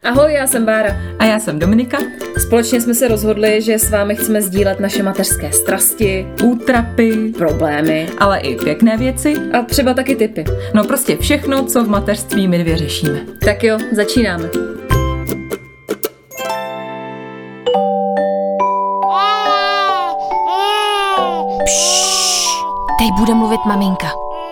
Ahoj, já jsem Bára. A já jsem Dominika. Společně jsme se rozhodli, že s vámi chceme sdílet naše mateřské strasti, útrapy, problémy, ale i pěkné věci. A třeba taky tipy. No prostě všechno, co v mateřství my dvě řešíme. Tak jo, začínáme. Teď bude mluvit maminka.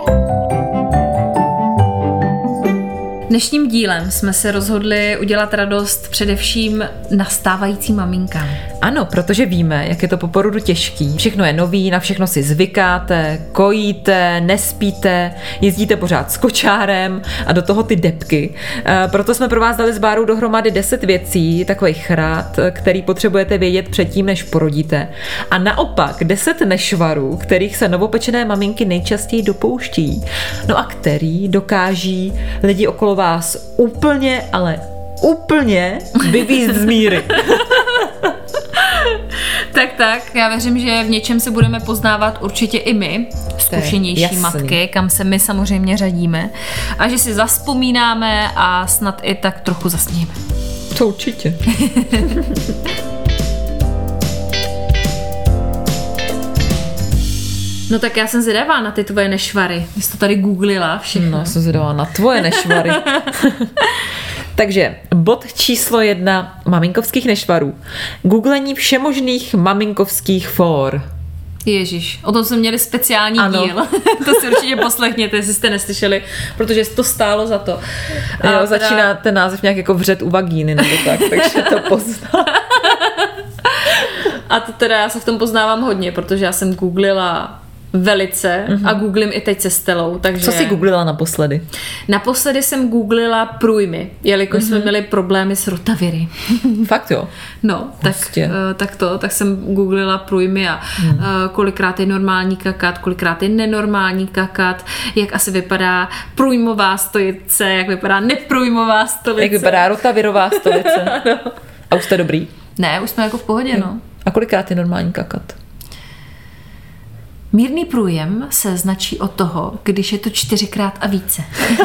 Dnešním dílem jsme se rozhodli udělat radost především nastávajícím maminkám. Ano, protože víme, jak je to po porodu těžký. Všechno je nový, na všechno si zvykáte, kojíte, nespíte, jezdíte pořád s kočárem a do toho ty debky. Proto jsme pro vás dali s Bárou dohromady 10 věcí, takových rád, který potřebujete vědět předtím, než porodíte. A naopak 10 nešvarů, kterých se novopečené maminky nejčastěji dopouští. No a který dokáží lidi okolo vás úplně, ale úplně vyvízt z míry. Tak, já věřím, že v něčem se budeme poznávat určitě i my, zkušenější matky, kam se my samozřejmě řadíme, a že si zavzpomínáme a snad i tak trochu zasnějeme. To určitě. No tak já jsem zvědavá na ty tvoje nešvary. Jsi to tady googlila všechno. No, jsem zvědavá na tvoje nešvary. Takže bod číslo 1 maminkovských nešvarů. Googlení všemožných maminkovských fór. Ježíš, o tom jsme měli speciální díl. To si určitě poslechněte, jestli jste neslyšeli, protože to stálo za to. A jo, začíná ten název nějak jako vřet u vagíny nebo tak, takže to pozná. A to teda já se v tom poznávám hodně, protože já jsem googlila velice a googlím i teď se Stelou. Takže... Co jsi googlila naposledy? Naposledy jsem googlila průjmy, jelikož jsme měli problémy s rotaviry. Fakt jo? No, tak jsem googlila průjmy a kolikrát je normální kakat, kolikrát je nenormální kakat, jak asi vypadá průjmová stolice, jak vypadá neprůjmová stolice. Jak vypadá rotavirová stolice. Ano. A už jste dobrý? Ne, už jsme jako v pohodě, no. A kolikrát je normální kakat? Mírný průjem se značí od toho, když je to 4krát a více.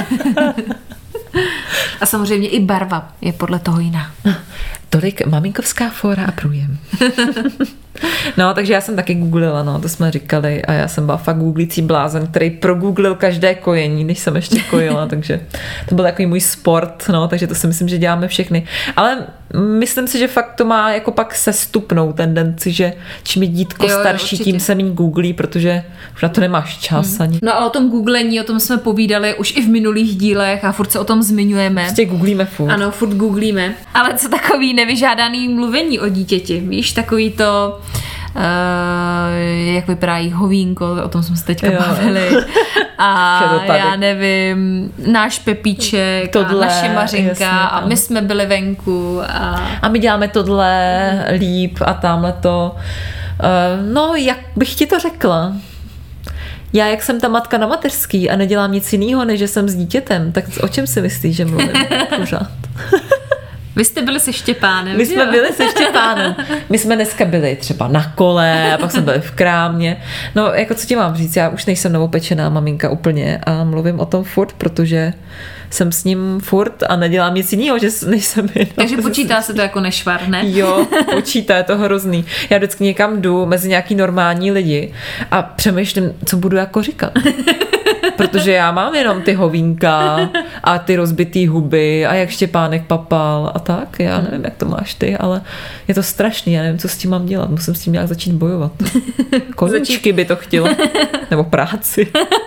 A samozřejmě i barva je podle toho jiná. Tolik maminkovská fóra a průjem. No, takže já jsem taky googlila, no, to jsme říkali, a já jsem byla fakt googlící blázen, který progooglil každé kojení, než jsem ještě kojila, takže to byl takový můj sport, no, takže to si myslím, že děláme všechny. Ale myslím si, že fakt to má jako pak sestupnou tendenci, že čím je dítko starší, tím se méně googlí, protože už na to nemáš čas ani. No a o tom googlení, o tom jsme povídali už i v minulých dílech a furt se o tom zmiňujeme. Prostě googlíme furt. Ano, furt googlíme. Ale co takový nevyžádaný mluvení o dítěti, víš, takový to jak vypadá jich hovínko, o tom jsme se teďka bavili. A já nevím, náš Pepíček, tohle, a naše Mařinka, jasně, a my jsme byli venku. A my děláme tohle líp a tamhle to. No, jak bych ti to řekla? Já, jak jsem ta matka na mateřský a nedělám nic jiného, než že jsem s dítětem, tak o čem si myslíš, že mluvím pořád? Vy jste byli se Štěpánem. My jsme byli se Štěpánem. My jsme dneska byli třeba na kole a pak jsme byli v krámě. No, jako co ti mám říct, já už nejsem novopečená maminka úplně a mluvím o tom furt, protože jsem s ním furt a nedělám nic jiného, že nejsem jenom. Takže počítá se to jako nešvar, ne? Jo, počítá, je to hrozný. Já vždycky někam jdu mezi nějaký normální lidi a přemýšlím, co budu jako říkat. Protože já mám jenom ty hovínka a ty rozbitý huby a jak Štěpánek papal a tak. Já nevím, jak to máš ty, ale je to strašný. Já nevím, co s tím mám dělat. Musím s tím nějak začít bojovat. Koníčky by to chtělo. Nebo práci.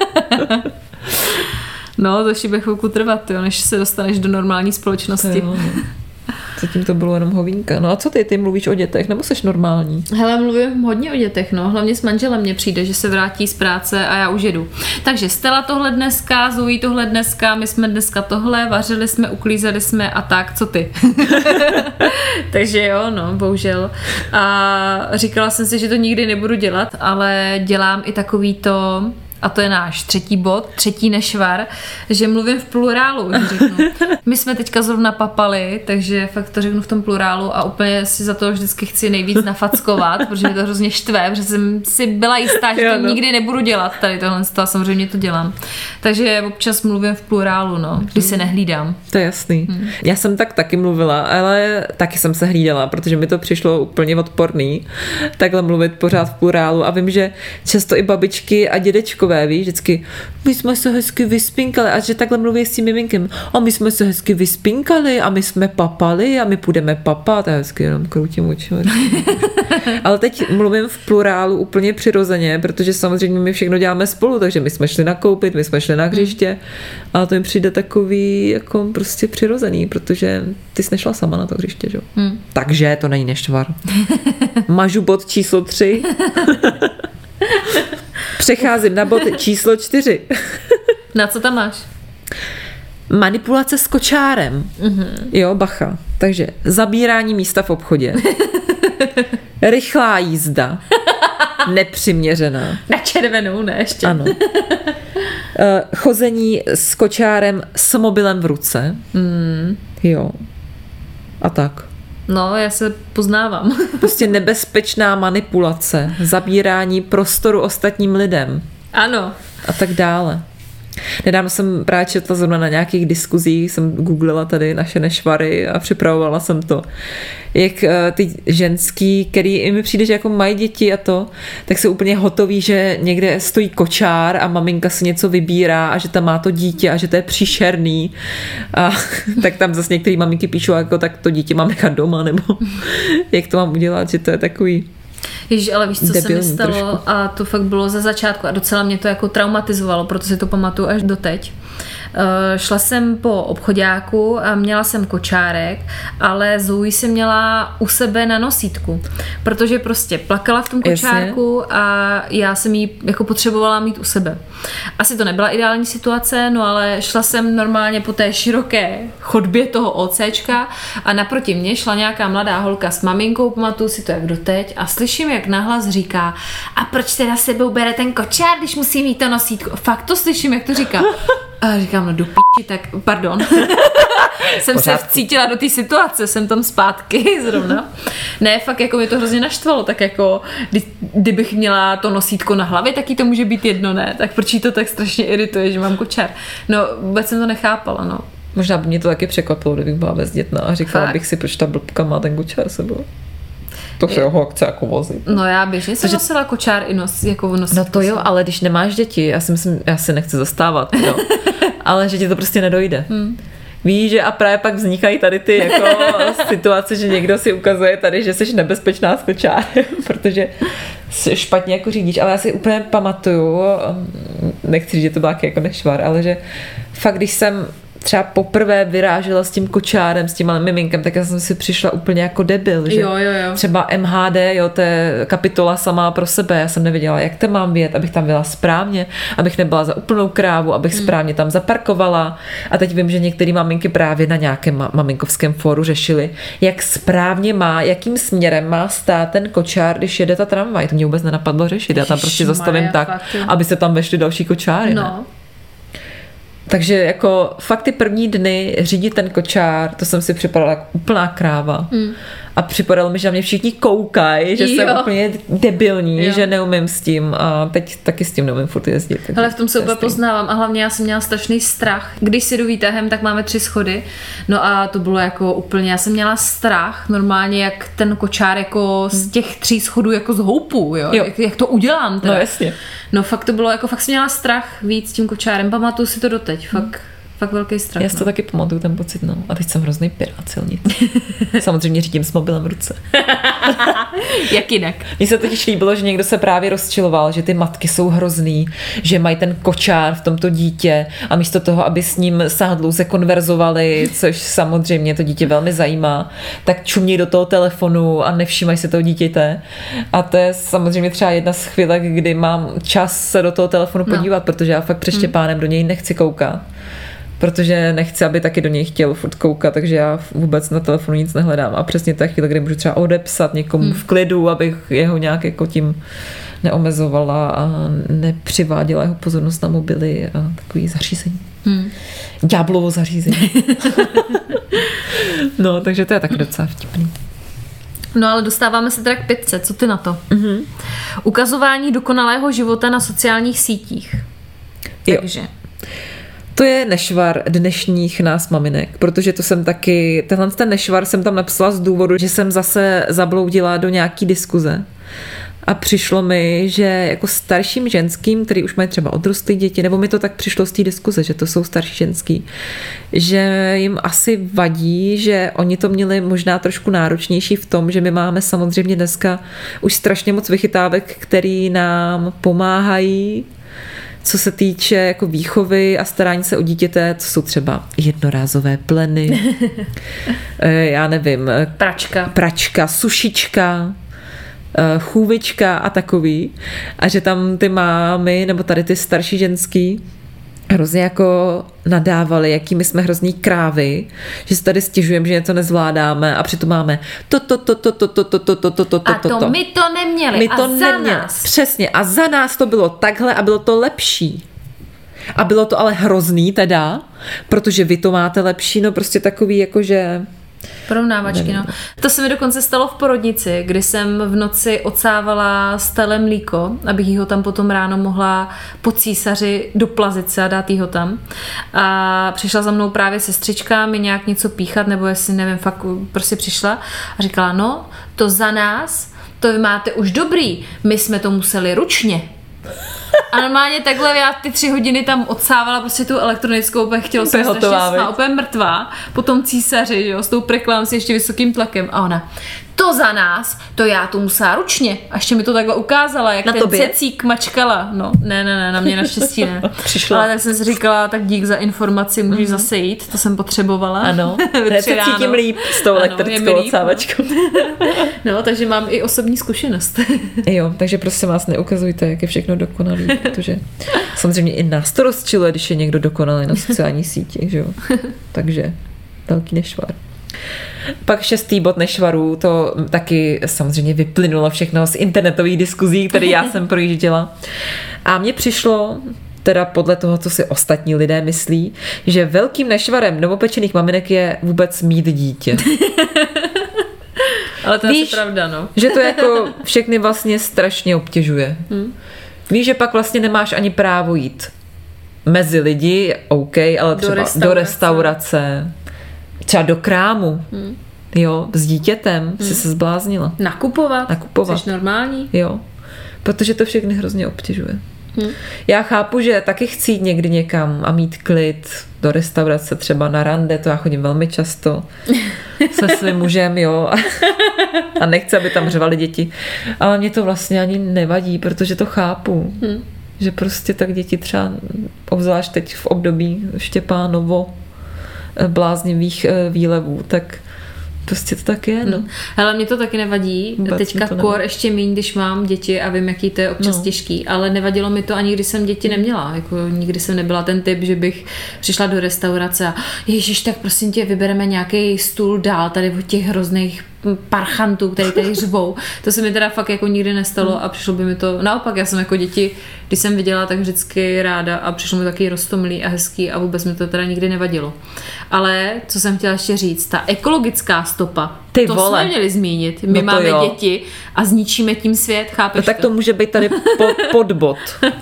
No, to ještě bude chvilku trvat, jo, než se dostaneš do normální společnosti. Zatím to bylo jenom hovínka. No a co ty mluvíš o dětech, nebo seš normální? Hele, mluvím hodně o dětech, no. Hlavně s manželem mně přijde, že se vrátí z práce a já už jedu. Takže Stella tohle dneska, Zoe tohle dneska, my jsme dneska tohle, vařili jsme, uklízeli jsme a tak, co ty? Takže jo, no, bohužel. A říkala jsem si, že to nikdy nebudu dělat, ale dělám i takový to a to je náš třetí bod, třetí nešvar, že mluvím v plurálu, řeknu. My jsme teďka zrovna papali, takže fakt to řeknu v tom plurálu a úplně si za to vždycky chci nejvíc nafackovat, protože mě to hrozně štve, protože jsem si byla jistá, že to nikdy nebudu dělat tady tohle, a samozřejmě to dělám. Takže občas mluvím v plurálu, no, když se nehlídám. To je jasný. Já jsem taky mluvila, ale taky jsem se hlídala, protože mi to přišlo úplně odporný takhle mluvit pořád v plurálu a vím, že často i babičky a dědečkové, víš, vždycky, my jsme se hezky vyspinkali a že takhle mluví s tím miminkem, a my jsme se hezky vyspinkali a my jsme papali a my půjdeme papat a hezky jenom kroutím očima. Ale teď mluvím v plurálu úplně přirozeně, protože samozřejmě my všechno děláme spolu, takže my jsme šli nakoupit, my jsme šli na hřiště, ale to mi přijde takový jako prostě přirozený, protože ty jsi nešla sama na to hřiště, že? Takže to není nešvar. Mažu bod číslo 3. Přecházím na bod číslo 4. Na co tam máš? Manipulace s kočárem. Jo, bacha. Takže zabírání místa v obchodě. Rychlá jízda. Nepřiměřená. Na červenou, ne ještě. Ano. Chození s kočárem s mobilem v ruce. Jo. A tak. No, já se poznávám. Prostě nebezpečná manipulace, zabírání prostoru ostatním lidem. Ano. A tak dále. Nedávno jsem právě četla zrovna na nějakých diskuzích, jsem googlila tady naše nešvary a připravovala jsem to. Jak ty ženský, který i mi přijde, že jako mají děti a to, tak jsou úplně hotoví, že někde stojí kočár a maminka si něco vybírá a že tam má to dítě a že to je příšerný. A tak tam zase některý maminky píšou, jako tak to dítě mám nechat doma, nebo jak to mám udělat, že to je takový Ježiš, ale víš, co se mi stalo trošku. a to fakt bylo ze začátku a docela mě to jako traumatizovalo, protože si to pamatuju až doteď. Šla jsem po obchoďáku a měla jsem kočárek, ale Zoe si měla u sebe na nosítku, protože prostě plakala v tom kočárku a já jsem ji jako potřebovala mít u sebe. Asi to nebyla ideální situace, no ale šla jsem normálně po té široké chodbě toho OCčka a naproti mě šla nějaká mladá holka s maminkou, pamatuju si to jak doteď, a slyším, jak nahlas říká: a proč teda sebou bere ten kočár, když musí mít to nosítko? Fakt to slyším, jak to říká. A říkám, no do p***, tak pardon. Jsem se vcítila do té situace, jsem tam zpátky zrovna. Ne, fakt jako mě to hrozně naštvalo, tak jako kdybych měla to nosítko na hlavě, tak jí to může být jedno, ne? Tak proč jí to tak strašně irituje, že mám kočár? No, vůbec jsem to nechápala, no. Možná by mě to taky překvapilo, kdybych byla bezdětná a říkala bych si, proč ta blbka má ten kočár sebou. To se ho chce jako vozit. No já běžně jsem nosila kočár i jako nosítko. No to jo, ale když nemáš děti, já si nechci zastávat, jo. Ale že ti to prostě nedojde. Víš, že a právě pak vznikají tady ty jako situace, že někdo si ukazuje tady, že jsi nebezpečná s kočárem, protože špatně jako řídíš, ale já si úplně pamatuju, nechci říct, že to byla jako nešvar, ale že fakt, když jsem třeba poprvé vyrážela s tím kočárem, s tím malým miminkem, tak já jsem si přišla úplně jako debil, že jo. Třeba MHD, jo, to je kapitola sama pro sebe, já jsem nevěděla, jak to mám vědět, abych tam byla správně, abych nebyla za úplnou krávu, abych správně tam zaparkovala. A teď vím, že některé maminky právě na nějakém maminkovském fóru řešily, jak správně jakým směrem má stát ten kočár, když jede ta tramvaj. To mě vůbec nenapadlo řešit, já tam prostě zastavím tak, aby se tam vešly další kočáry. No. Ne? Takže jako fakt ty první dny řídit ten kočár, to jsem si připadala jako úplná kráva. A připadalo mi, že na mě všichni koukají, že jsem úplně debilní, že neumím s tím a teď taky s tím neumím furt jezdit. Ale v tom se úplně poznávám a hlavně já jsem měla strašný strach. Když si jdu výtahem, tak máme 3 schody, no a to bylo jako úplně, já jsem měla strach normálně, jak ten kočár jako z těch 3 schodů jako zhoupů, jo? Jak to udělám teda. No jasně. No fakt to bylo, jako fakt jsem měla strach víc s tím kočárem, pamatuju si to doteď, fakt velký strach. Já si to taky pamatuju, ten pocit, no. A teď jsem hrozný pirát silnic. Samozřejmě řídím s mobilem v ruce. Jak jinak? Mně se totiž líbilo, že někdo se právě rozčiloval, že ty matky jsou hrozný, že mají ten kočár v tomto dítě a místo toho, aby s ním sáhdlouze konverzovali, což samozřejmě to dítě velmi zajímá, tak čumí do toho telefonu a nevšímají se toho dítěte. A to je samozřejmě třeba jedna z chvílek, kdy mám čas se do toho telefonu podívat, protože já fakt před Štěpánem do něj nechci koukat. Protože nechci, aby taky do něj chtěl furt koukat, takže já vůbec na telefonu nic nehledám. A přesně ta chvíle, kdy můžu třeba odepsat někomu v klidu, abych jeho nějak jako tím neomezovala a nepřiváděla jeho pozornost na mobily a takový zařízení. Ďáblovo zařízení. No, takže to je taky docela vtipný. No ale dostáváme se teda k 5. Co ty na to? Ukazování dokonalého života na sociálních sítích. Takže. To je nešvar dnešních nás maminek, protože to jsem taky, ten nešvar jsem tam napsala z důvodu, že jsem zase zabloudila do nějaký diskuze. A přišlo mi, že jako starším ženským, který už mají třeba odrostlé děti, nebo mi to tak přišlo z té diskuze, že to jsou starší ženský, že jim asi vadí, že oni to měli možná trošku náročnější v tom, že my máme samozřejmě dneska už strašně moc vychytávek, který nám pomáhají, co se týče jako výchovy a starání se o dítěte, co jsou třeba jednorázové pleny, já nevím, pračka, sušička, chůvička a takový. A že tam ty mámy, nebo tady ty starší ženský hrozně jako nadávali, jaký my jsme hrozný krávy, že se tady stěžujeme, že něco nezvládáme a přitom máme to. A to my to neměli. My to neměli. Přesně. A za nás to bylo takhle a bylo to lepší. A bylo to ale hrozný teda, protože vy to máte lepší, no prostě takový jakože... Porovnávačky, no. To se mi dokonce stalo v porodnici, kdy jsem v noci odsávala z tele mlíko, abych ho tam potom ráno mohla po císaři doplazit se a dát ho tam. A přišla za mnou právě sestřička mi nějak něco píchat, nebo jestli nevím, fakt prostě přišla a říkala, no, to za nás, to vy máte už dobrý, my jsme to museli ručně. A normálně takhle já ty 3 hodiny tam odsávala prostě tu elektronickou, úplně chtěla jsem strašně spát, úplně mrtvá, potom císaři, jo, s tou preklám si ještě vysokým tlakem a ona, to za nás, to já to musela ručně. A ještě mi to takhle ukázala, jak na ten cecík mačkala. No, ne, na mě naštěstí ne. Přišla. Ale tak jsem si říkala, tak dík za informaci, můžeš zase jít, to jsem potřebovala. Ano, hned se cítím líp s tou elektrickou odsávačkou. No, takže mám i osobní zkušenost. Jo, takže prostě vás neukazujte, jak je všechno dokonalý, protože samozřejmě i nás to rozčiluje, když je někdo dokonalý na sociální síti, že jo. Takže velký nešvar. Pak 6. bod nešvarů, to taky samozřejmě vyplynulo všechno z internetových diskuzí, které já jsem projížděla. A mně přišlo, teda podle toho, co si ostatní lidé myslí, že velkým nešvarem novopečených maminek je vůbec mít dítě. Ale to je asi pravda, no. Že to jako všechny vlastně strašně obtěžuje. Víš, že pak vlastně nemáš ani právo jít mezi lidi, OK, ale třeba do restaurace, třeba do krámu, jo, s dítětem si se zbláznila. Nakupovat. Jsi normální. Jo, protože to všechny hrozně obtěžuje. Já chápu, že taky chci jít někdy někam a mít klid do restaurace, třeba na rande, to já chodím velmi často se svým mužem, jo, a nechci, aby tam řvali děti. Ale mě to vlastně ani nevadí, protože to chápu. Že prostě tak děti třeba, obzvlášť teď v období Štěpánovo bláznivých výlevů, tak prostě to tak je, no. Hele, mě to taky nevadí. Vůbec teďka kor ještě míň, když mám děti a vím, jaký to je občas těžký, ale nevadilo mi to ani, když jsem děti neměla. Jako nikdy jsem nebyla ten typ, že bych přišla do restaurace a ježiš, tak prosím tě, vybereme nějaký stůl dál tady od těch hrozných parchantů, který tady řvou. To se mi teda fakt jako nikdy nestalo a přišlo by mi to, naopak, já jsem jako děti, když jsem viděla, tak vždycky ráda a přišlo mi taky roztomilý a hezký a vůbec mi to teda nikdy nevadilo. Ale, co jsem chtěla ještě říct, ta ekologická stopa, to jsme měli zmínit. My máme děti a zničíme tím svět, chápeš no, tak to může být tady podbod.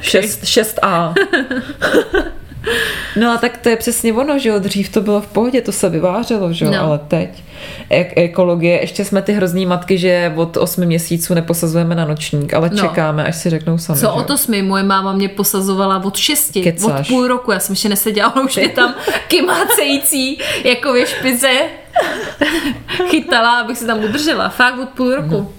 6A. No a tak to je přesně ono, že jo, dřív to bylo v pohodě, to se vyvářelo, že jo, ale teď ekologie, ještě jsme ty hrozný matky, že od 8 měsíců neposazujeme na nočník, ale čekáme, až si řeknou sami. Co od 8? Moje máma mě posazovala od 6, od půl roku, já jsem ještě neseděla, už mě tam kymácející jako ve špice chytala, abych se tam udržela, fakt od půl roku.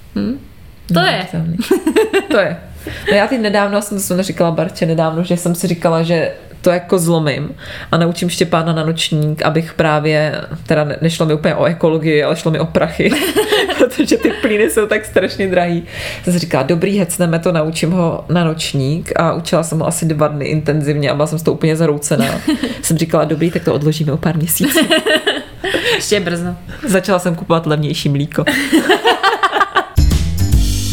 To je. To je. No já teď nedávno, jsem to neříkala Barče nedávno, že jsem si říkala, že to jako zlomím a naučím Štěpána na nočník, abych právě, teda nešlo mi úplně o ekologii, ale šlo mi o prachy, protože ty plyny jsou tak strašně drahý. Jsem si říkala, dobrý, hecneme to, naučím ho na nočník a učila jsem ho asi 2 dny intenzivně a byla jsem z toho úplně zaroucená. Jsem říkala, dobrý, tak to odložíme o pár měsíců. Ještě brzo. Začala jsem kupovat levnější mlíko.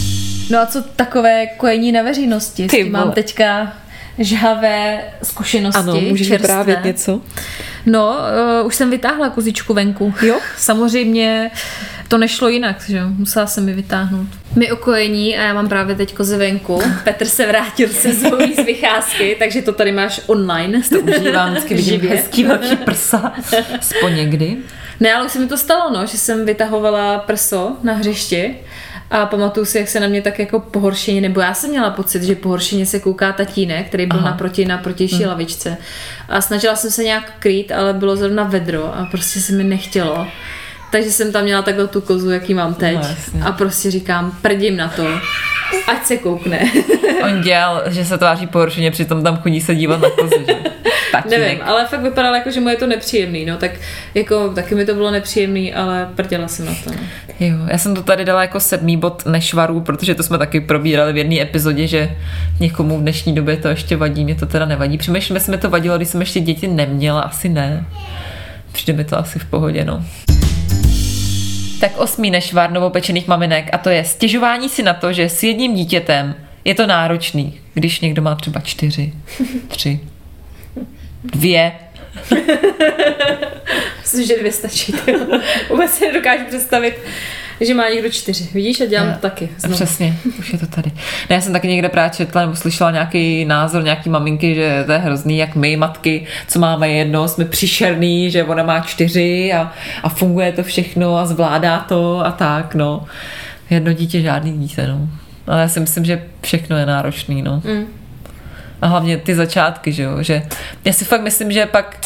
No a co takové kojení na veřejnosti? S tím mám teďka žhavé zkušenosti. Ano, můžeš vyprávět něco? No, už jsem vytáhla kozičku venku. Jo? Samozřejmě to nešlo jinak, že jo? Musela jsem mi vytáhnout. My o kojení a já mám právě teď kozy venku. Petr se vrátil se Zoe z vycházky, takže to tady máš online. To užívám, vždycky vidím hezký velký prsa. Aspoň někdy. Ne, ale už se mi to stalo, no, že jsem vytahovala prso na hřišti a pamatuju si, jak se na mě tak jako pohoršeně, nebo já jsem měla pocit, že pohoršeně se kouká tatínek, který byl na protější lavičce. A snažila jsem se nějak krýt, ale bylo zrovna vedro a prostě se mi nechtělo. Takže jsem tam měla takhle tu kozu, jaký mám teď. No, a prostě říkám, prdím na to, ať se koukne. On dělal, že se tváří pohoršeně, přitom tam chodí se dívat na kozu, že? Nevím, ale fakt vypadalo jako, že mu je to nepříjemný, no, tak jako taky mi to bylo nepříjemný, ale prděla jsem na to. No. Jo, já jsem to tady dala jako 7. bod nešvarů, protože to jsme taky probírali v jedné epizodě, že někomu v dnešní době to ještě vadí, mě to teda nevadí. Přemýšlím, jestli mi to vadilo, když jsem ještě děti neměla, asi ne. Přijde mi to asi v pohodě, no. Tak 8. nešvar novopečených maminek a to je stěžování si na to, že s jedním dítětem je to náročný, když někdo má třeba 4, 3, 2. Myslím, že 2 stačí. Vůbec si nedokážu představit, že má někdo 4. Vidíš, a dělám to taky. Znovu. Přesně, už je to tady. Ne, já jsem taky někde právě četla nebo slyšela nějaký názor nějaký maminky, že to je hrozný, jak my matky, co máme jedno, jsme příšerný, že ona má 4 a funguje to všechno a zvládá to a tak, no. Jedno dítě, žádný dítě, no. Ale já si myslím, že všechno je náročný, no. A hlavně ty začátky, že jo, že já si fakt myslím, že pak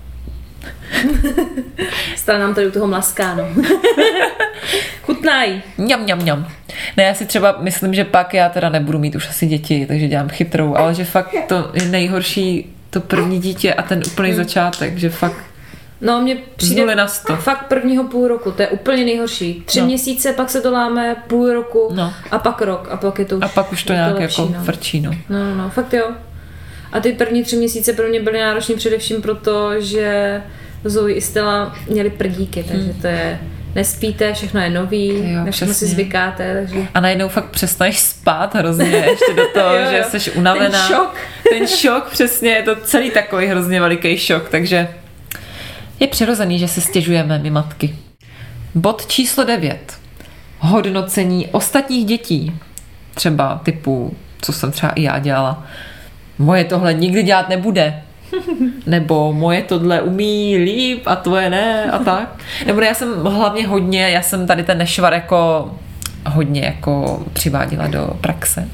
Stále nám tady u toho mlaská, no. Chutnají. Mňam. Ne, já si třeba myslím, že pak já teda nebudu mít už asi děti, takže dělám chytrou, ale že fakt to je nejhorší to první dítě a ten úplný začátek, že fakt no, mně přijde na 100. Fakt prvního půl roku, to je úplně nejhorší. 3 měsíce, pak se to láme, půl roku a pak rok a pak je to už. A pak už to nějak lepší, jako frčí, no. No, fakt jo. A ty první 3 měsíce pro mě byly náročné především proto, že Zoe i Stella měli prdíky, takže to je, nespíte, všechno je nový, na všechno si zvykáte. Takže... A najednou fakt přestaneš spát hrozně, ještě do toho, že jsi unavená. Ten šok, přesně, je to celý takový hrozně veliký šok, takže je přirozený, že se stěžujeme my matky. Bod číslo 9. Hodnocení ostatních dětí. Třeba typu, co jsem třeba i já dělala. Moje tohle nikdy dělat nebude. Nebo moje tohle umí líp a tvoje ne a tak. Nebo já jsem hlavně já jsem tady ten nešvar jako hodně jako přiváděla do praxe.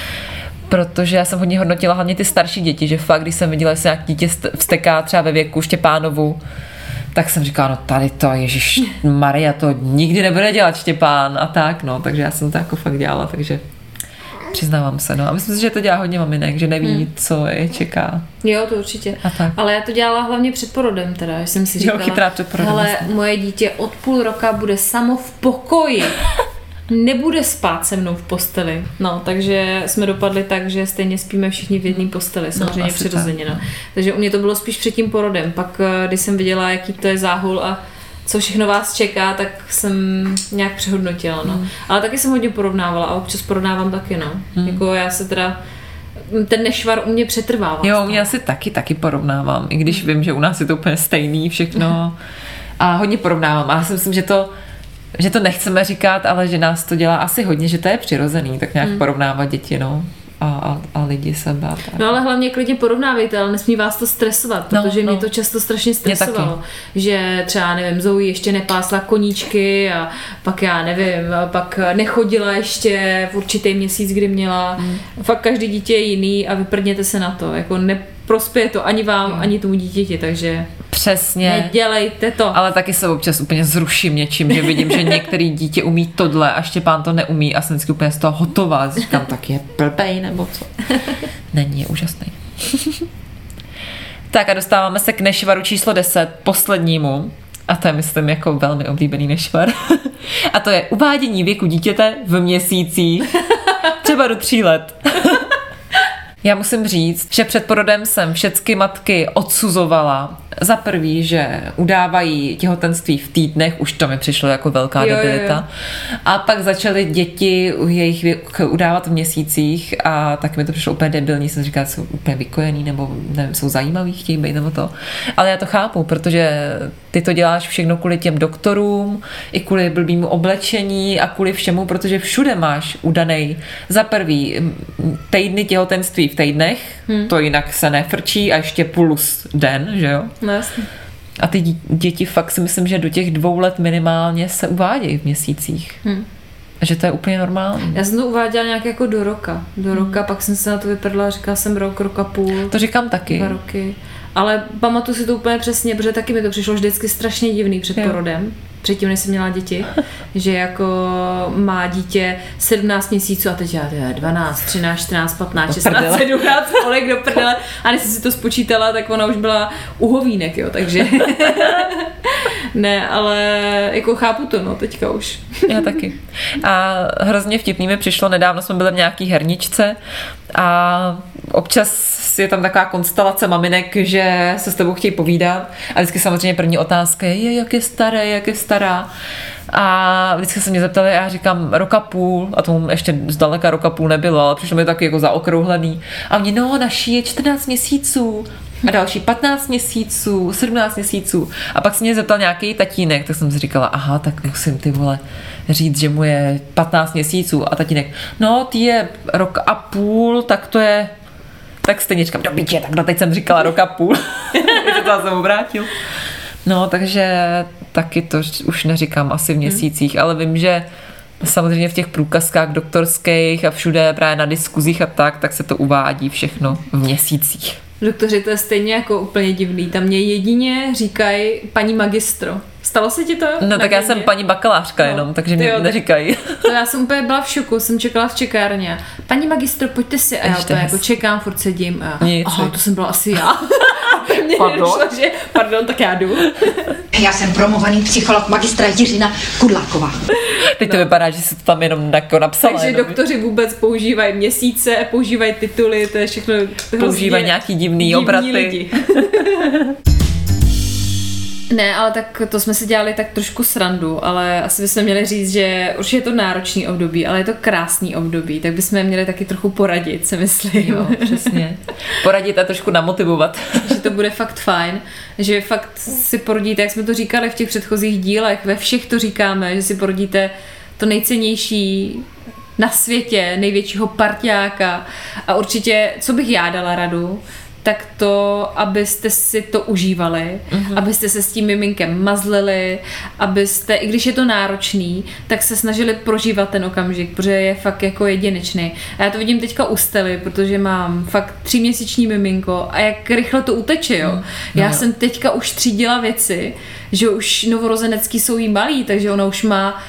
Protože já jsem hodně hodnotila hlavně ty starší děti, že fakt, když jsem viděla, že se nějaké dítě vzteká třeba ve věku Štěpánovu, tak jsem říkala, no tady to, Ježíš Maria, to nikdy nebude dělat Štěpán a tak, no, takže já jsem to jako fakt dělala, takže přiznávám se, no. A myslím si, že to dělá hodně maminek, že neví, co je čeká. Jo, to určitě. A tak. Ale já to dělala hlavně před porodem teda, že jsem si říkala, chytrá před porodem, hele, moje dítě od půl roka bude samo v pokoji. Nebude spát se mnou v posteli. No, takže jsme dopadli tak, že stejně spíme všichni v jedné posteli, samozřejmě přirozeně. No. Takže u mě to bylo spíš před tím porodem. Pak, když jsem viděla, jaký to je záhul a co všechno vás čeká, tak jsem nějak přehodnotila. No. Ale taky jsem hodně porovnávala a občas porovnávám taky. No. Jako já se teda ten nešvar u mě přetrvává. Jo, mě asi taky porovnávám, i když vím, že u nás je to úplně stejný všechno. A hodně porovnávám. A já si myslím, že to nechceme říkat, ale že nás to dělá asi hodně, že to je přirozený, tak nějak porovnávat děti, no. A lidi sebe. Tak. No ale hlavně klidně porovnávejte, ale nesmí vás to stresovat, protože mě to často strašně stresovalo. Že třeba, nevím, Zoe ještě nepásla koníčky a pak já nevím, pak nechodila ještě v určitý měsíc, kdy měla. Fakt každý dítě je jiný a vyprdněte se na to. Jako neprospěje to ani vám, ani tomu dítěti, takže přesně. Nedělejte to. Ale taky se občas úplně zruším něčím, že vidím, že některý dítě umí tohle a Štěpán to neumí a jsem vždycky úplně z toho hotová. Říkám, tak je blbej nebo co? Není, je úžasný. Tak a dostáváme se k nešvaru číslo 10, poslednímu. A to je, myslím, jako velmi oblíbený nešvar. A to je uvádění věku dítěte v měsících. Třeba do 3 let. Já musím říct, že před porodem jsem všechny matky odsuzovala. Za prvý, že udávají těhotenství v týdnech, už to mi přišlo jako velká debilita. A pak začaly děti jejich udávat v měsících a tak mi to přišlo úplně debilní. Jsem říkala, jsou úplně vykojený, nebo nevím, jsou zajímavý, chtějí být nebo to. Ale já to chápu, protože ty to děláš všechno kvůli těm doktorům, i kvůli blbýmu oblečení a kvůli všemu, protože všude máš udanej za prvý týdny těhotenství v týdnech, to jinak se nefrčí a ještě plus den, že jo? No jasně. A ty děti fakt si myslím, že do těch 2 let minimálně se uvádějí v měsících. Že to je úplně normální. Já jsem to uváděla nějak jako do roka. Pak jsem se na to vyprdla, říkala jsem rok a půl. To říkám taky. 2 roky. Ale pamatuju si to úplně přesně, protože taky mi to přišlo vždycky strašně divný před porodem. Předtím, než jsem měla děti, že jako má dítě 17 měsíců a teď já 12, 13, 14, 15, 16, 17, kolik do prdele. A když jsem si to spočítala, tak ona už byla u hovínek, jo, takže ne, ale jako chápu to, no, teďka už. Já taky. A hrozně vtipný mi přišlo, nedávno jsme byli v nějaký herničce a občas je tam taková konstelace maminek, že se s tebou chtějí povídat a vždycky samozřejmě první otázka je, jak je stará. A vždycky se mě zeptali a já říkám 1,5 roku a tomu ještě zdaleka 1,5 roku nebylo, ale přišlo mi taky jako zaokrouhlený. A mě, naší je 14 měsíců a další 15 měsíců, 17 měsíců. A pak se mě zeptal nějaký tatínek, tak jsem si říkala, aha, tak musím ty vole říct, že mu je 15 měsíců. A tatínek, ty je 1,5 roku, tak to je... Tak stejně říkám, do biče, tak teď jsem říkala 1,5 roku. To jsem obrátil. No, takže taky to už neříkám asi v měsících, ale vím, že samozřejmě v těch průkazkách doktorských a všude právě na diskuzích a tak se to uvádí všechno v měsících. Doktoři, to je stejně jako úplně divný. Tam mě jedině říkají paní magistro. Stalo se ti to? No tak já jsem paní bakalářka jenom, takže mě neříkají. To já jsem úplně byla v šoku, jsem čekala v čekárně. Paní magistro, pojďte si. A já úplně jako čekám, furt sedím. Aha, to jsem byla asi já. Mně došlo, že pardon, tak já jdu. Já jsem promovaný psycholog magistra Jiřina Kudláková. Teď to vypadá, že se to tam jenom jako napsala. Takže doktoři vůbec používají měsíce, používají tituly, to je všechno. Používají nějaký divný obraty. Lidi. Ne, ale tak to jsme si dělali tak trošku srandu, ale asi bychom měli říct, že už je to náročný období, ale je to krásný období, tak bychom měli taky trochu poradit, si myslím. Jo, přesně. Poradit a trošku namotivovat. Že to bude fakt fajn, že fakt si porodíte, jak jsme to říkali v těch předchozích dílech, ve všech to říkáme, že si porodíte to nejcennější na světě, největšího parťáka a určitě, co bych já dala radu, tak to, abyste si to užívali, abyste se s tím miminkem mazlili, abyste, i když je to náročný, tak se snažili prožívat ten okamžik, protože je fakt jako jedinečný. A já to vidím teďka u Stely, protože mám fakt 3měsíční miminko a jak rychle to uteče, jo. Já jsem teďka už třídila věci, že už novorozenecký jsou jí malý, takže ona už má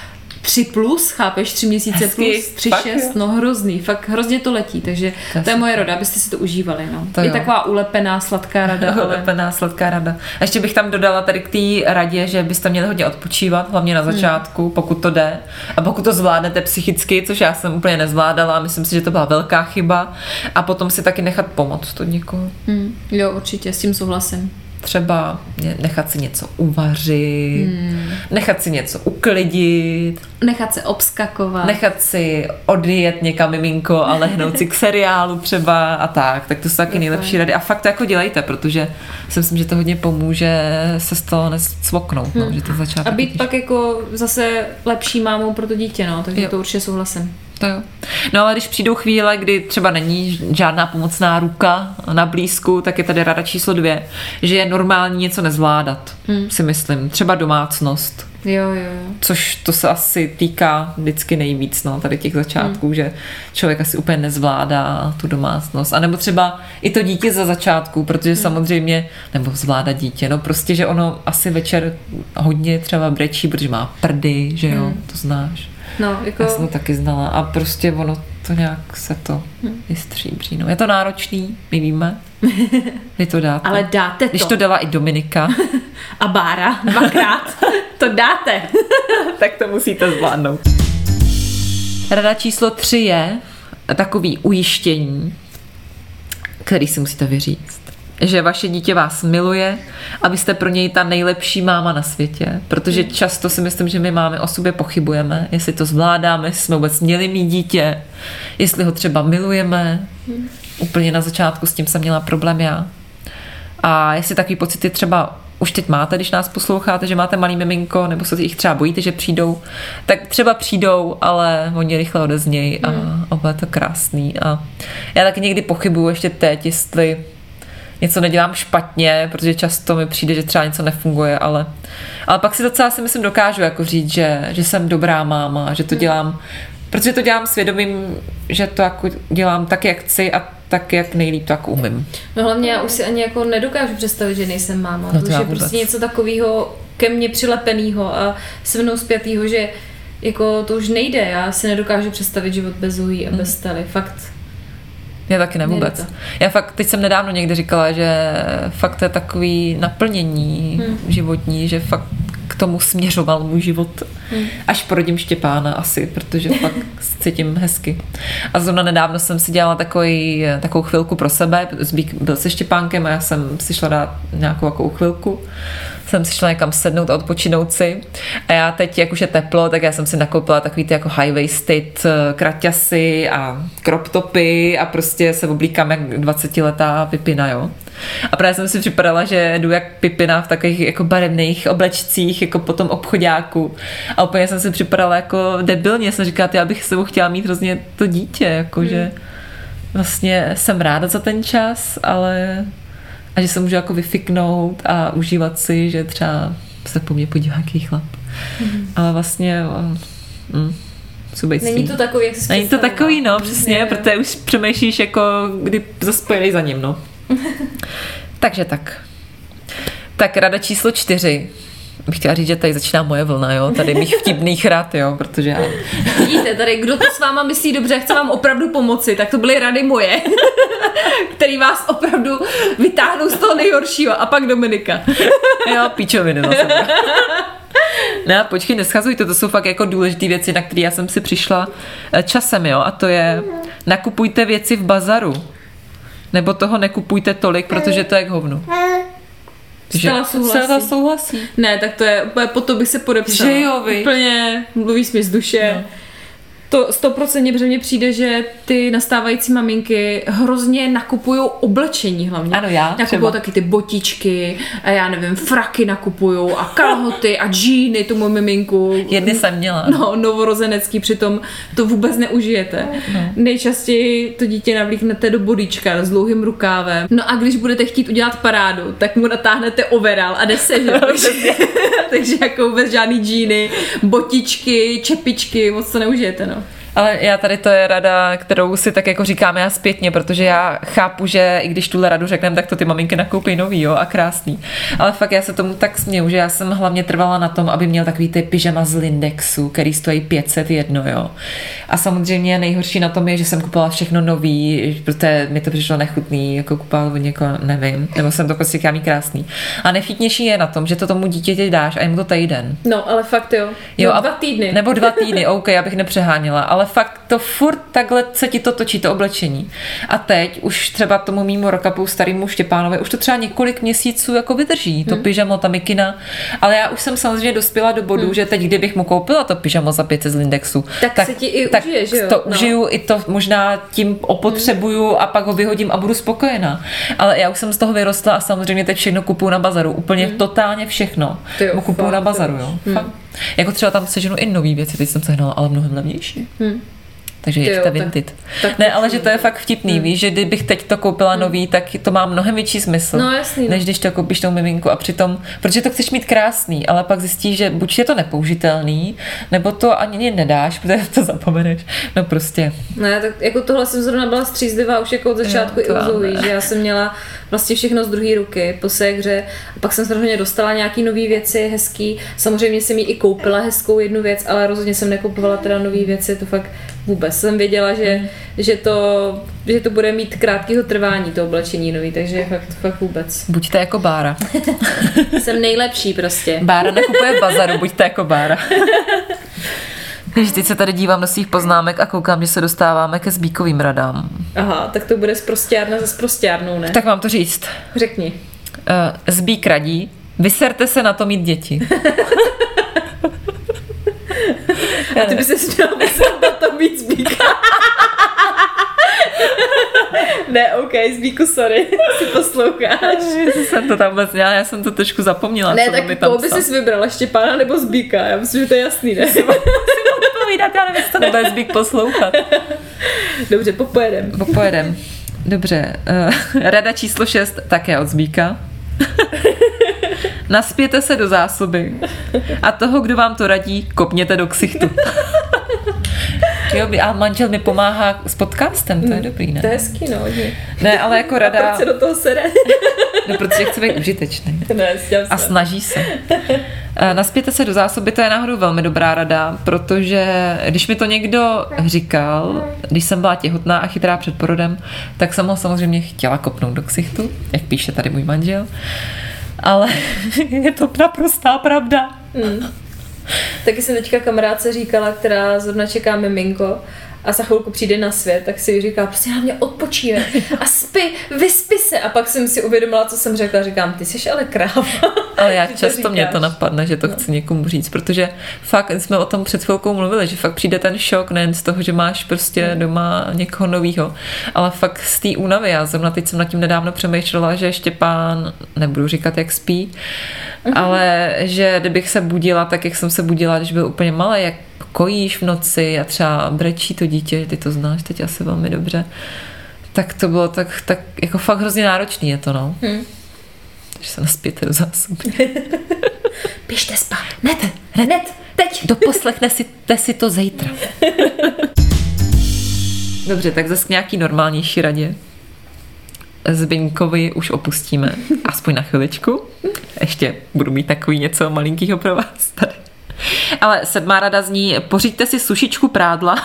3+, chápeš, 3 měsíce plus, 3,6, no hrozný, fakt hrozně to letí, takže to je moje rada, abyste si to užívali, no. To je taková ulepená, sladká rada. Ulepená, sladká rada. A ještě bych tam dodala tady k té radě, že byste měli hodně odpočívat, hlavně na začátku, pokud to jde a pokud to zvládnete psychicky, což já jsem úplně nezvládala a myslím si, že to byla velká chyba a potom si taky nechat pomoct od někoho. Jo, určitě, s tím souhlasím. Třeba nechat si něco uvařit, nechat si něco uklidit, nechat se obskakovat, nechat si odjet někam miminko a lehnout si k seriálu třeba a tak to jsou taky nejlepší rady a fakt to jako dělejte, protože si myslím, že to hodně pomůže se z toho nesvoknout, no, že to začátek. A být pak jako zase lepší mámou pro to dítě, no, takže to určitě souhlasím. To jo. No ale když přijdou chvíle, kdy třeba není žádná pomocná ruka na blízku, tak je tady rada číslo 2, že je normální něco nezvládat, si myslím. Třeba domácnost. Jo. Což to se asi týká vždycky nejvíc, no, tady těch začátků, že člověk asi úplně nezvládá tu domácnost. A nebo třeba i to dítě za začátku, protože samozřejmě, nebo zvládá dítě, no prostě, že ono asi večer hodně třeba brečí, protože má prdy, že jo, to znáš. No, jako... Já jsem to taky znala a prostě ono to nějak se to vystříbří. No, je to náročný, my víme. Vy to dáte. Ale dáte to. Když to dala i Dominika. A Bára 2krát. To dáte. Tak to musíte zvládnout. Rada číslo 3 je takový ujištění. který si musíte vyříct. Že vaše dítě vás miluje a vy jste pro něj ta nejlepší máma na světě, protože často si myslím, že my máme o sobě pochybujeme, jestli to zvládáme, jestli jsme vůbec měli mít dítě, jestli ho třeba milujeme. Úplně na začátku s tím jsem měla problém já. A jestli takový pocity třeba už teď máte, když nás posloucháte, že máte malý miminko, nebo se jich třeba bojíte, že přijdou, tak třeba přijdou, ale oni rychle odeznějí a bude to krásný. A já taky někdy pochybuju ještě teď, jestli něco nedělám špatně, protože často mi přijde, že třeba něco nefunguje, ale pak si docela si myslím dokážu jako říct, že jsem dobrá máma, že to dělám, protože to dělám svědomím, že to jako dělám tak, jak chci a tak, jak nejlíp tak umím. No hlavně já už si ani jako nedokážu představit, že nejsem máma. No to je prostě něco takového ke mně přilepeného a se mnou zpětýho, že jako to už nejde. Já si nedokážu představit život bez Zoe a bez Tely. Fakt. Já taky ne vůbec. Já fakt, teď jsem nedávno někde říkala, že fakt to je takový naplnění životní, že fakt k tomu směřoval můj život. Až porodím Štěpána asi, protože fakt cítím hezky. A zrovna nedávno jsem si dělala takovou chvilku pro sebe. Zbík byl se Štěpánkem a já jsem si šla dát nějakou takovou chvilku. Jsem si šla někam sednout a odpočinout si. A já teď, jak už je teplo, tak já jsem si nakoupila takový ty jako high-waisted kraťasy a crop topy a prostě se oblíkám jak 20letá Pipina, jo. A právě jsem si připadala, že jdu jak Pipina v takových jako barevných oblečcích, jako po tom obchoďáku. A úplně jsem si připadala jako debilně. Jsem říkala, já bych s sebou chtěla mít hrozně to dítě, jako že vlastně jsem ráda za ten čas, ale a že se můžu jako vyfiknout a užívat si, že třeba se po mně podívá jaký chlap. Ale vlastně není to takový, jak jsi Není to takový, no, přesně, protože už přemýšlíš jako, kdy zase pojedeš za ním, no. Takže tak. Tak rada číslo 4. Bych chtěla říct, že tady začíná moje vlna, jo, tady mých vtipných rad, jo, protože já... Vidíte, tady kdo to s váma myslí dobře, chce vám opravdu pomoci, tak to byly rady moje, který vás opravdu vytáhnou z toho nejhoršího a pak Dominika. Jo, píčoviny zase. Ne, počkej, neschazujte, to jsou fakt jako důležité věci, na které já jsem si přišla časem, jo, a to je nakupujte věci v bazaru. Nebo toho nekupujte tolik, protože to je k hovnu. Stella souhlasí. Ne, tak to je úplně, po to bych se podepsala. Že jo, vy. Úplně mluvíš mi z duše. No. To 100%, protože mně přijde, že ty nastávající maminky hrozně nakupujou oblečení hlavně. Ano, já nakupujou taky ty botičky a já nevím, fraky nakupujou a kalhoty a džíny tu moju miminku. Jedny jsem měla. No, novorozenecký, přitom to vůbec neužijete. No. Nejčastěji to dítě navlíknete do bodíčka s dlouhým rukávem. No a když budete chtít udělat parádu, tak mu natáhnete overall a jde se, že? Takže jako vůbec žádný džíny, botičky, čepičky, moc to neužijete, no. Ale já tady to je rada, kterou si tak jako říkám já zpětně, protože já chápu, že i když tuhle radu řekneme, tak to ty maminky nakoupí nový, jo, a krásný. Ale fakt já se tomu tak směju, že já jsem hlavně trvala na tom, aby měl takový ty pyžama z Lindexu, který stojí 501, jo. A samozřejmě nejhorší na tom je, že jsem kupovala všechno nový, protože mi to přišlo nechutný, jako kupovala od někoho, nevím, nebo jsem to prostě mít krásný. A nejvtipnější je na tom, že to tomu dítěti dáš a jim to týden. No, ale fakt jo. Jo, 2 týdny. Nebo 2 týdny, OK, já bych nepřeháněla, ale fakt to furt takhle se ti to točí, to oblečení. A teď už třeba tomu mýmu rokapou starému Štěpánovi už to třeba několik měsíců jako vydrží, to pyžamo, ta mikina, ale já už jsem samozřejmě dospěla do bodu, že teď, kdybych mu koupila to pyžamo za 500 z Lindexu, tak se ti i užije, že jo? To užiju, i to možná tím opotřebuju a pak ho vyhodím a budu spokojená. Ale já už jsem z toho vyrostla a samozřejmě teď všechno kupuju na bazaru, úplně totálně všechno. Kupuju na bazaru, jo. Jako třeba tam seženu i nový věci, teď jsem sehnala, ale mnohem levnější. Takže jeďte Vinted. Ne, ale že to je fakt vtipný, víš, že kdybych teď to koupila nový, tak to má mnohem větší smysl, než když to koupíš tou miminku a přitom, protože to chceš mít krásný, ale pak zjistíš, že buď je to nepoužitelný, nebo to ani nedáš, protože to zapomeneš. No prostě. Ne, tak jako tohle jsem zrovna byla střízlivá už jako od začátku i u Zoe, že já jsem měla vlastně všechno z druhé ruky po ségře a pak jsem samozřejmě dostala nějaký nový věci hezký. Samozřejmě jsem jí i koupila hezkou jednu věc, ale rozhodně jsem nekupovala teda nový věci, to fakt vůbec. Jsem věděla, že to bude mít krátkého trvání, to oblečení nový, takže fakt vůbec. Buďte jako Bára. Jsem nejlepší prostě. Bára nekupuje v bazaru, buďte jako Bára. Když teď se tady dívám do svých poznámek a koukám, že se dostáváme ke Zbíkovým radám. Aha, tak to bude sprosťárna za sprosťárnou, ne? Tak mám to říct. Řekni. Zbík radí, vyserte se na to mít děti. A ty by se směla vysrat na to mít Zbíka. Ne, OK, Zbíku, sorry, si posloucháš. Jsem to tam vůbec měla, já jsem to trošku zapomněla. Ne, tak koho by jsi vybrala, Štěpána nebo Zbíka? Já myslím, že to je jasný, ne? Musím odpovídat, já nevím, jestli to nebude Zbík poslouchat. Dobře, popojedem. Dobře, rada číslo 6, také od Zbíka. Naspěte se do zásoby a toho, kdo vám to radí, kopněte do ksichtu. Jo, a manžel mi pomáhá s podcastem, to je dobrý, ne? To je hezký, no. Ne, ale jako rada... A proč se do toho sere? No, protože chce být užitečný. Ne, a snaží se. Naspěte se do zásoby, to je náhodou velmi dobrá rada, protože když mi to někdo říkal, když jsem byla těhotná a chytrá před porodem, tak jsem ho samozřejmě chtěla kopnout do ksichtu, jak píše tady můj manžel. Ale je to naprostá pravda. Taky jsem teďka kamarádce říkala, která zrovna čeká miminko a za chvilku přijde na svět, tak si říká, prostě hlavně odpočívej a vyspí se. A pak jsem si uvědomila, co jsem řekla, říkám, ty jsi ale kráva. Ale já často mě to napadne, že to chci někomu říct, protože fakt jsme o tom před chvilkou mluvili, že fakt přijde ten šok nejen z toho, že máš prostě doma někoho novýho, ale fakt z té únavy. Já zrovna teď jsem nad tím nedávno přemýšlela, že Štěpán, nebudu říkat, jak spí, ale že kdybych se budila tak, jak jsem se budila, když byl úplně malý, jak kojíš v noci a třeba brečí to dítě, ty to znáš teď asi velmi dobře, tak to bylo tak jako fakt hrozně náročný je to, no. Že se naspěte do zásoby. Běžte spát. Hned, teď. Doposlechněte si to zítra. Dobře, tak zase k nějaký normálnější radě. Zbyňkovi už opustíme. Aspoň na chviličku. Ještě budu mít takový něco malinkýho pro vás tady. Ale 7. rada zní, pořiďte si sušičku prádla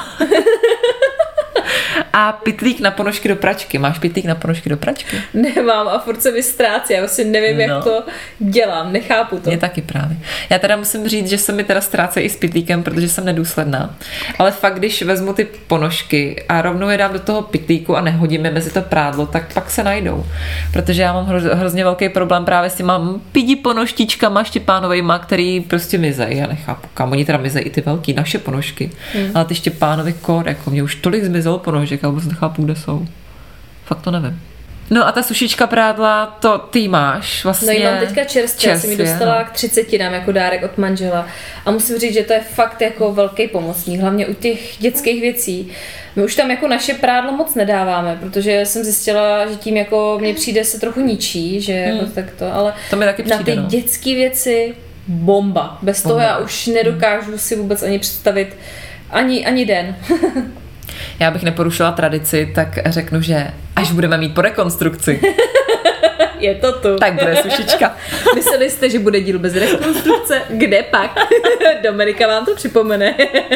a pytlík na ponožky do pračky. Máš pytlík na ponožky do pračky? Nemám a furt se mi ztrácí. Já vlastně nevím, jak to dělám. Nechápu to. Mě taky právě. Já teda musím říct, že se mi teda ztrácí i s pytlíkem, protože jsem nedůsledná. Ale fakt, když vezmu ty ponožky a rovnou je dám do toho pytlíku a nehodím je mezi to prádlo, tak pak se najdou. Protože já mám hrozně velký problém právě s těma pidi ponožtičkama Štěpánovejma, který prostě mizejí. Já nechápu, kam oni teda mizejí i ty velký naše ponožky. Ale ty Štěpánovy kód, jako mě už tolik zmizelo ponožek, já vůbec nechápu, kde jsou. Fakt to nevím. No a ta sušička prádla, to ty máš vlastně. No ji mám teďka čerstvě, já jsem ji dostala k 30 jako dárek od manžela. A musím říct, že to je fakt jako velký pomocník, hlavně u těch dětských věcí. My už tam jako naše prádlo moc nedáváme, protože jsem zjistila, že tím jako mně přijde se trochu ničí, že jako tak to, ale to mi taky přijde, na ty dětské věci bomba. Bez toho já už nedokážu si vůbec ani představit ani den. Já bych neporušila tradici, tak řeknu, že až budeme mít po rekonstrukci. Je to tu. Tak bude sušička. Mysleli jste, že bude díl bez rekonstrukce? Kde pak? Dominika vám to připomene.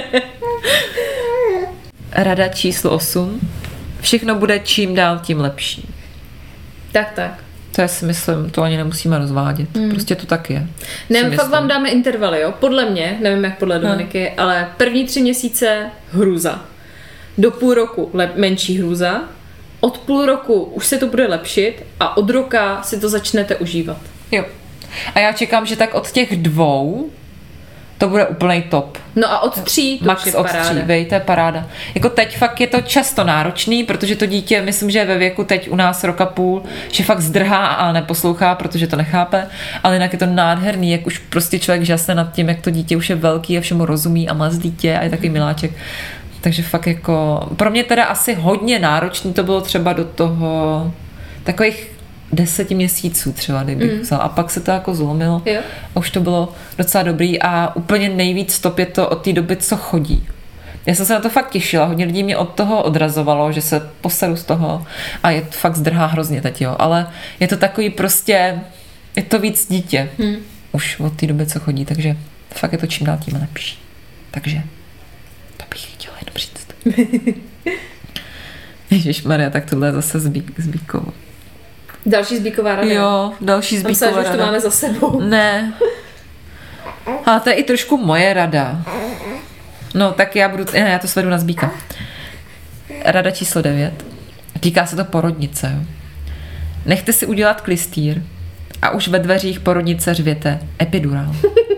Rada číslo 8. Všechno bude čím dál tím lepší. Tak. To já si myslím, to ani nemusíme rozvádět. Prostě to tak je. Ne, fakt vám dáme intervaly, jo? Podle mě, nevím jak podle Dominiky, ale první 3 měsíce hrůza. Do půl roku menší hrůza, od půl roku už se to bude lepšit a od roka si to začnete užívat. Jo. A já čekám, že tak od těch 2 to bude úplnej top. No a od 3 to max je od paráda. 3, to je paráda. Jako teď fakt je to často náročný, protože to dítě, myslím, že je ve věku teď u nás 1,5 roku, že fakt zdrhá a neposlouchá, protože to nechápe, ale jinak je to nádherný, jak už prostě člověk žasne nad tím, jak to dítě už je velký a všemu rozumí a má z dítě a je takový miláček. Takže fakt jako, pro mě teda asi hodně náročný to bylo třeba do toho takových 10 měsíců třeba, kdybych vzal. A pak se to jako zlomilo. Jo. A už to bylo docela dobrý a úplně nejvíc top je to od té doby, co chodí. Já jsem se na to fakt těšila, hodně lidí mě od toho odrazovalo, že se poseru z toho a je to fakt zdrhá hrozně teď, jo. Ale je to takový prostě, je to víc dítě. Už od té doby, co chodí, takže fakt je to čím dál tím lepší. Takže to bych chtěla jen říct. Ježišmarja, tak tohle je zase Zbíkovo. Další Zbíková rada. Jo, další Zbíková rada. Že už to máme za sebou. Ne. Ale to je i trošku moje rada. No, tak já to svedu na Zbíka. Rada číslo 9. Týká se to porodnice. Jo. Nechte si udělat klistýr a už ve dveřích porodnice řvěte epidurál.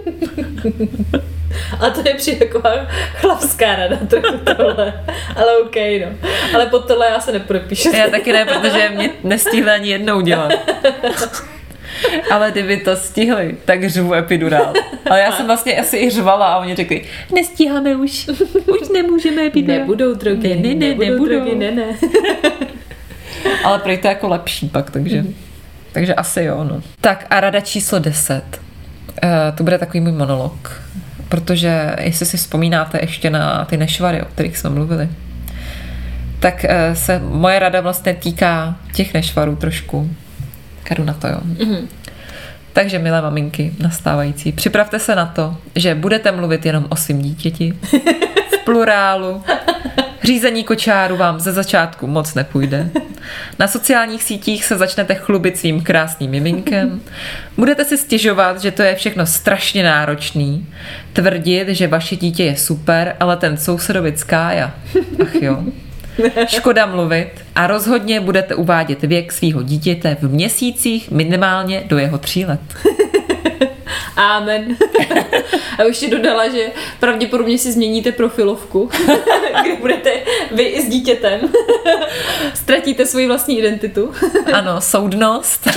A to je přijde taková chlapská rada, tohle. Ale OK, no. Ale pod tohle já se nepodepíšu. Já taky ne, protože mě nestihli ani jednou dělat. Ale kdyby to stihli, tak řvu epidurál. Ale já jsem vlastně asi i řvala a oni řekli, nestíháme už nemůžeme epidurál. Nebudou drogy, nebudou. Ne. Ale prej to jako lepší pak, takže asi jo, no. Tak a rada číslo 10. To bude takový můj monolog, protože jestli si vzpomínáte ještě na ty nešvary, o kterých jsme mluvili, tak se moje rada vlastně týká těch nešvarů trošku. Kadu na to, jo. Mm-hmm. Takže, milé maminky nastávající, připravte se na to, že budete mluvit jenom o svým dítěti, v plurálu. Řízení kočáru vám ze začátku moc nepůjde. Na sociálních sítích se začnete chlubit svým krásným miminkem. Budete si stěžovat, že to je všechno strašně náročný. Tvrdit, že vaše dítě je super, ale ten sousedovic Kája. Ach jo. Škoda mluvit a rozhodně budete uvádět věk svýho dítěte v měsících minimálně do jeho 3 let. Amen. A ještě dodala, že pravděpodobně si změníte profilovku, kde budete vy i s dítětem. Ztratíte svoji vlastní identitu. Ano, soudnost.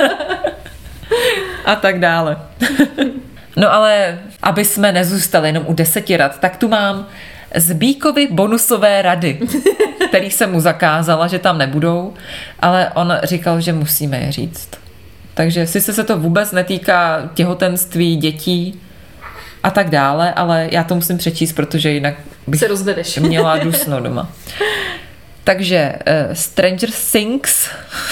A tak dále. No ale, aby jsme nezůstali jenom u 10 rad, tak tu mám Zbíkovi bonusové rady, který jsem mu zakázala, že tam nebudou, ale on říkal, že musíme je říct. Takže sice se to vůbec netýká těhotenství, dětí a tak dále, ale já to musím přečíst, protože jinak bych se rozvedeš. Měla dusno doma. Takže Stranger Things.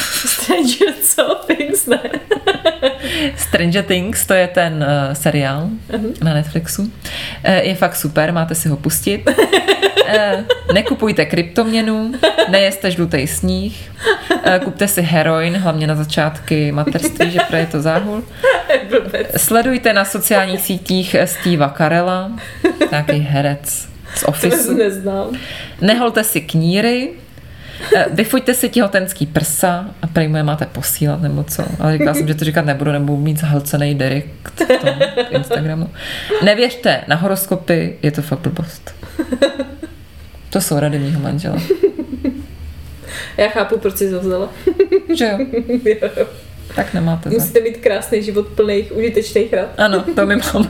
Stranger Things, to je ten seriál na Netflixu. Je fakt super, máte si ho pustit. Nekupujte kryptoměnu, nejeste žlutej sníh, kupte si heroin, hlavně na začátky materství, že je to záhul. Sledujte na sociálních sítích Steva Carella, nějaký herec z Officeu. Neholte si kníry, vyfoďte si těhotenský prsa a prej mu je máte posílat nebo co. Ale říkala jsem, že to říkat nebudu mít zhlcený direkt v tom Instagramu. Nevěřte na horoskopy, je to fakt blbost. To jsou rady mýho manžela. Já chápu, proč jsi to vzala. Že jo? Jo. Tak nemáte. Musíte mít krásný život plných užitečných rad. Ano, to my máme.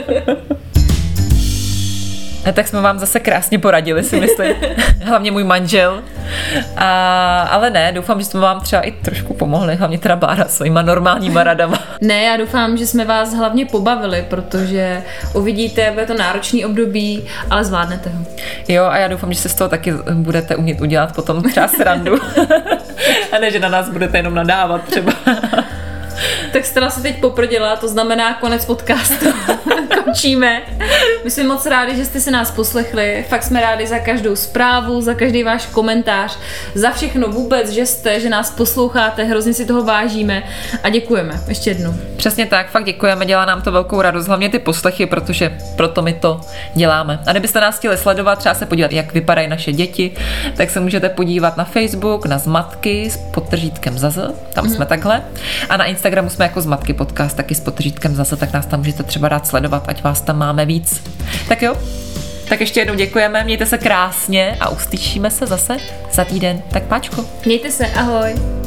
Tak jsme vám zase krásně poradili, si myslím. Hlavně můj manžel. Ale ne, doufám, že jsme vám třeba i trošku pomohli. Hlavně teda Bára svýma normálníma radama. Ne, já doufám, že jsme vás hlavně pobavili, protože uvidíte, bude to náročný období, ale zvládnete ho. Jo, a já doufám, že se z toho taky budete umět udělat potom třeba srandu. A ne, že na nás budete jenom nadávat třeba. Tak jste se teď poprděla, to znamená konec podcastu. Končíme. My jsme moc rádi, že jste si nás poslechli. Fakt jsme rádi za každou zprávu, za každý váš komentář, za všechno vůbec, že nás posloucháte, hrozně si toho vážíme a děkujeme. Ještě jednou. Přesně tak, fakt děkujeme, dělá nám to velkou radost, hlavně ty poslechy, protože proto my to děláme. A kdybyste nás chtěli sledovat, třeba se podívat, jak vypadají naše děti, tak se můžete podívat na Facebook, na Zmatky s podtržítkem ZZ, tam jsme takhle. A na Instagramu jsme jako Zmatky podcast, taky s podtržítkem ZZ, tak nás tam můžete třeba dát sledovat, ať vás tam máme víc. Tak jo, tak ještě jednou děkujeme, mějte se krásně a uslyšíme se zase za týden. Tak páčko. Mějte se, ahoj.